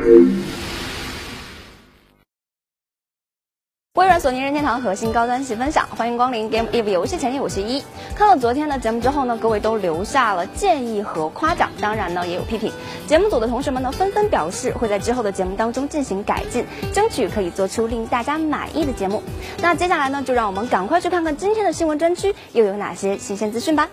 微软、索尼、任天堂核心高端系分享，欢迎光临 Game Eve 游戏前沿，我是一。看了昨天的节目之后呢，各位都留下了建议和夸奖，当然呢也有批评。节目组的同学们呢纷纷表示会在之后的节目当中进行改进，争取可以做出令大家满意的节目。那接下来呢，就让我们赶快去看看今天的新闻专区又有哪些新鲜资讯吧。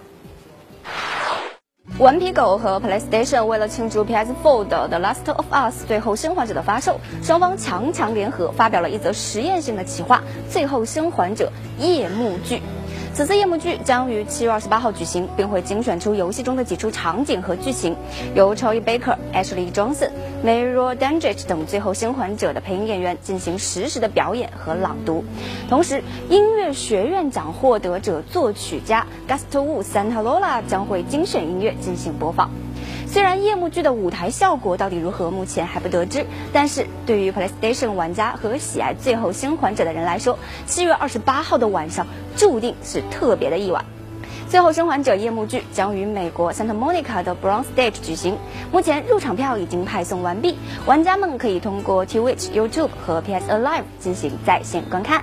顽皮狗和 PlayStation 为了庆祝 PS4 的 The Last of Us 最后生还者的发售，双方强联合发表了一则实验性的企划——最后生还者夜幕剧。此次夜幕剧将于7月28号举行，并会精选出游戏中的几处场景和剧情，由 Troy Baker、Ashley Johnson、Mayra Dandridge 等最后生还者的配音演员进行实时的表演和朗读。同时，音乐学院奖获得者作曲家 Gustavo Santaolalla 将会精选音乐进行播放。虽然夜幕剧的舞台效果到底如何，目前还不得知，但是对于 PlayStation 玩家和喜爱最后生还者的人来说，7月28号的晚上注定是特别的一晚。最后生还者夜幕剧将于美国 Santa Monica 的 Bronx Stage 举行，目前入场票已经派送完毕，玩家们可以通过 Twitch、YouTube 和 PS Alive 进行在线观看。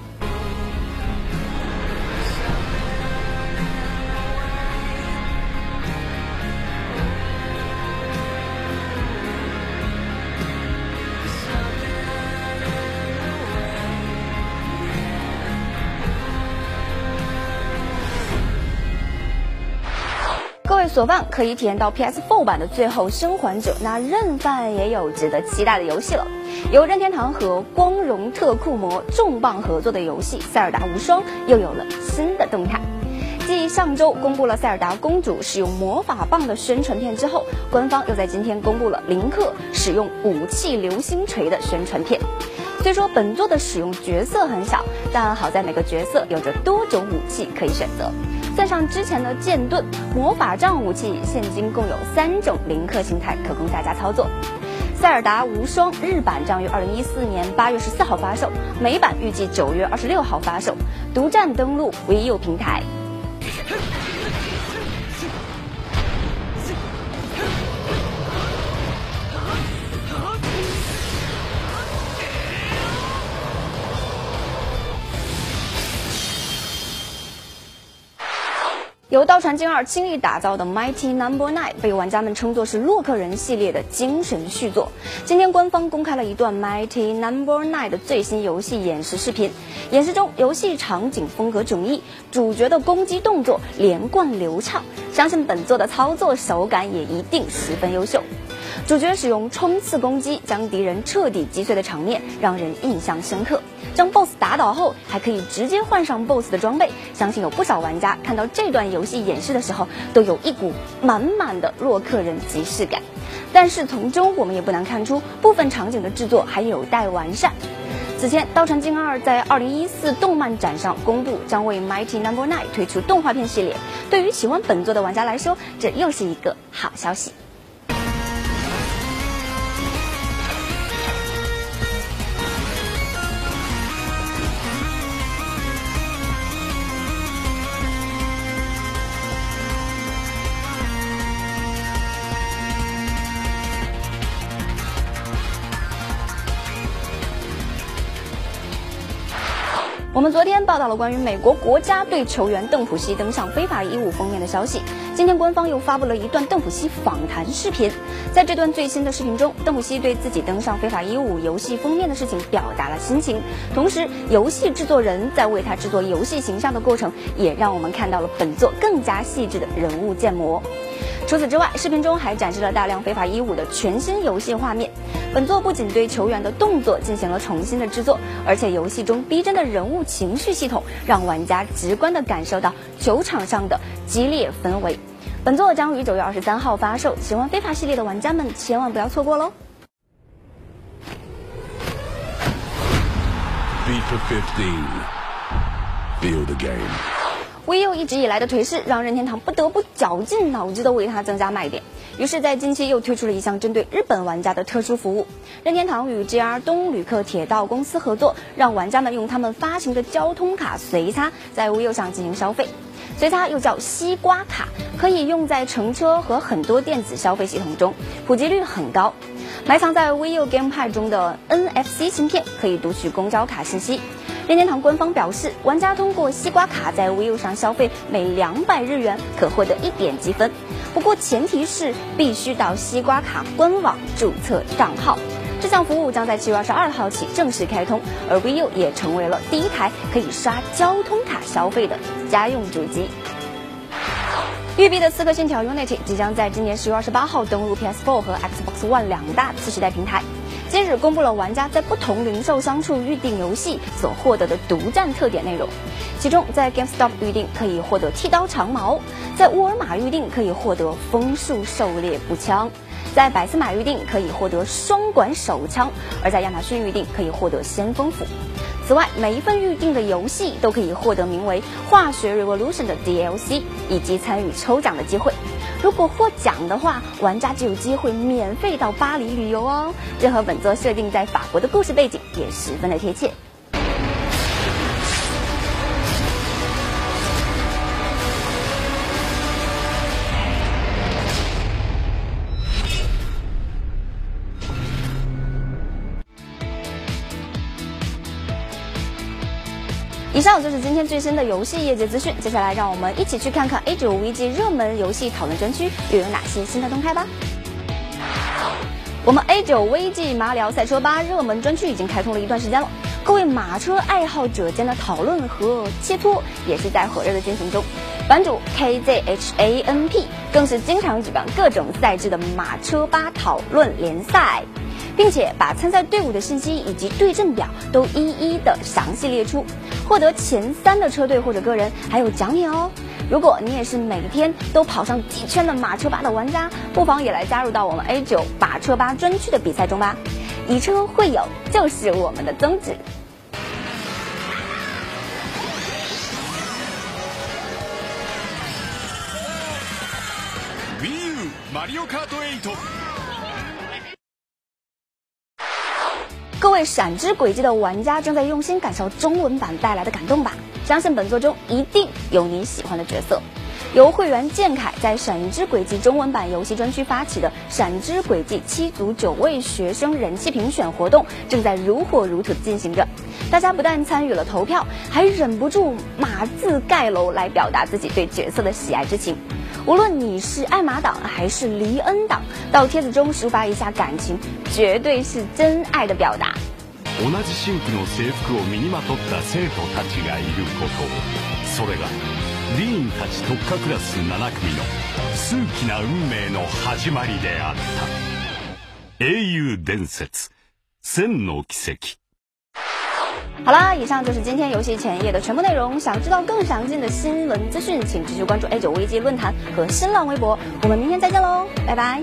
各位索饭可以体验到 PS4 版的最后生还者，那任饭也有值得期待的游戏了。由任天堂和光荣特库摩重磅合作的游戏《塞尔达无双》又有了新的动态。继上周公布了塞尔达公主使用魔法棒的宣传片之后，官方又在今天公布了林克使用武器流星锤的宣传片。虽说本作的使用角色很少，但好在每个角色有着多种武器可以选择。算上之前的剑盾、魔法杖武器，现今共有3种林克形态可供大家操作。塞尔达无双日版将于2014年8月14号发售，美版预计9月26号发售，独占登陆 Wii U 平台。由刀传晶2倾力打造的 Mighty No.9 被玩家们称作是洛克人系列的精神续作。今天官方公开了一段 Mighty No.9 的最新游戏演示视频，演示中游戏场景风格迥异，主角的攻击动作连贯流畅，相信本作的操作手感也一定十分优秀。主角使用冲刺攻击将敌人彻底击碎的场面让人印象深刻，将 BOSS 打倒后还可以直接换上 BOSS 的装备，相信有不少玩家看到这段游戏演示的时候都有一股满满的洛克人即视感。但是从中我们也不难看出部分场景的制作还有待完善。此前刀传晶2在2014动漫展上公布将为 Mighty No.9 推出动画片系列，对于喜欢本作的玩家来说，这又是一个好消息。我们昨天报道了关于美国国家队球员邓普西登上非法衣物封面的消息，今天官方又发布了一段邓普西访谈视频。在这段最新的视频中，邓普西对自己登上非法衣物游戏封面的事情表达了心情，同时游戏制作人在为他制作游戏形象的过程，也让我们看到了本作更加细致的人物建模。除此之外，视频中还展示了大量非法衣物的全新游戏画面。本作不仅对球员的动作进行了重新的制作，而且游戏中逼真的人物情绪系统让玩家直观地感受到球场上的激烈氛围。本作将于9月23号发售，喜欢非法系列的玩家们千万不要错过喽。 FIFA 15. Feel the game. Wii U 一直以来的颓势让任天堂不得不绞尽脑汁地为它增加卖点，于是在近期又推出了一项针对日本玩家的特殊服务。任天堂与 JR 东旅客铁道公司合作，让玩家们用他们发行的交通卡随插在 Wii U 上进行消费。 所以它又叫西瓜卡，可以用在乘车和很多电子消费系统中，普及率很高。埋藏在 Wii U GamePad 中的 NFC 芯片可以读取公交卡信息。任天堂官方表示，玩家通过西瓜卡在 Wii U 上消费每200日元可获得1点积分，不过前提是必须到西瓜卡官网注册账号。这项服务将在7月22号起正式开通，而 Wii U 也成为了第一台可以刷交通卡消费的家用主机。育碧的《刺客信条 Unity》即将在今年10月28号登陆 PS4 和 Xbox One 2大次世代平台。今日公布了玩家在不同零售商处预订游戏所获得的独占特点内容，其中在 GameStop 预订可以获得剃刀长矛，在沃尔玛预订可以获得枫树狩猎步枪，在百思买预订可以获得双管手枪，而在亚马逊预订可以获得先锋斧。此外，每一份预定的游戏都可以获得名为《化学 Revolution》的 DLC， 以及参与抽奖的机会。如果获奖的话，玩家就有机会免费到巴黎旅游哦。这和本作设定在法国的故事背景也十分的贴切。以上就是今天最新的游戏业界资讯，接下来让我们一起去看看 A9VG 热门游戏讨论专区又有哪些新的动态吧。我们 A9VG 马里奥赛车8热门专区已经开通了一段时间了，各位马车爱好者间的讨论和切磋也是在火热的进行中。版主 KZHANP 更是经常举办各种赛制的马车8讨论联赛，并且把参赛队伍的信息以及对阵表都一一的详细列出，获得前3的车队或者个人还有奖品哦。如果你也是每天都跑上几圈的马车8的玩家，不妨也来加入到我们 A9 马车8专区的比赛中吧。以车会友就是我们的宗旨。 Wii U マリオカート8。 各位闪之轨迹的玩家正在用心感受中文版带来的感动吧，相信本作中一定有你喜欢的角色。由会员建凯在闪之轨迹中文版游戏专区发起的闪之轨迹7组9位学生人气评选活动正在如火如荼地进行着，大家不但参与了投票，还忍不住码字盖楼来表达自己对角色的喜爱之情。无论你是爱玛党还是黎恩党，到帖子中抒发一下感情，绝对是真爱的表达。 同じ新規の制服を身にまとった生徒たちがいること、それがディーンたち特化クラス7組の数奇な運命の始まりであった。英雄伝説1000の奇跡。 好啦，以上就是今天游戏前夜的全部内容。想知道更详尽的新闻资讯，请持续关注 A9VG 论坛和新浪微博。我们明天再见喽，拜拜。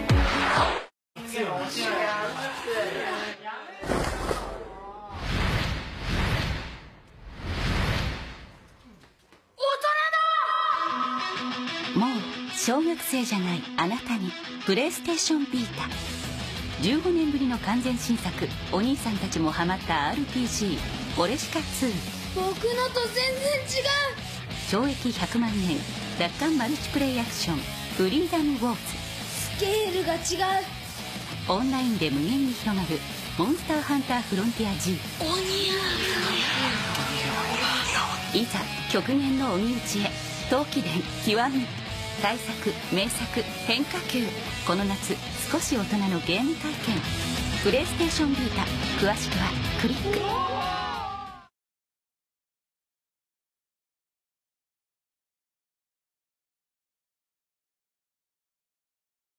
もう小学生じゃないあなたにプレイステーションビータ。15年ぶりの完全新作、お兄さんたちもハマった RPG オレシカ2。 僕のと全然違う。 懲役100万年奪還マルチプレイアクションフリーダムウォーズ。 スケールが違う。 オンラインで無限に広がるモンスターハンターフロンティア G。 いざ極限の鬼打ちへ。陶器伝極み。大作名作変化球。この夏少し大人のゲーム体験。プレイステーションビータ。詳しくはクリック。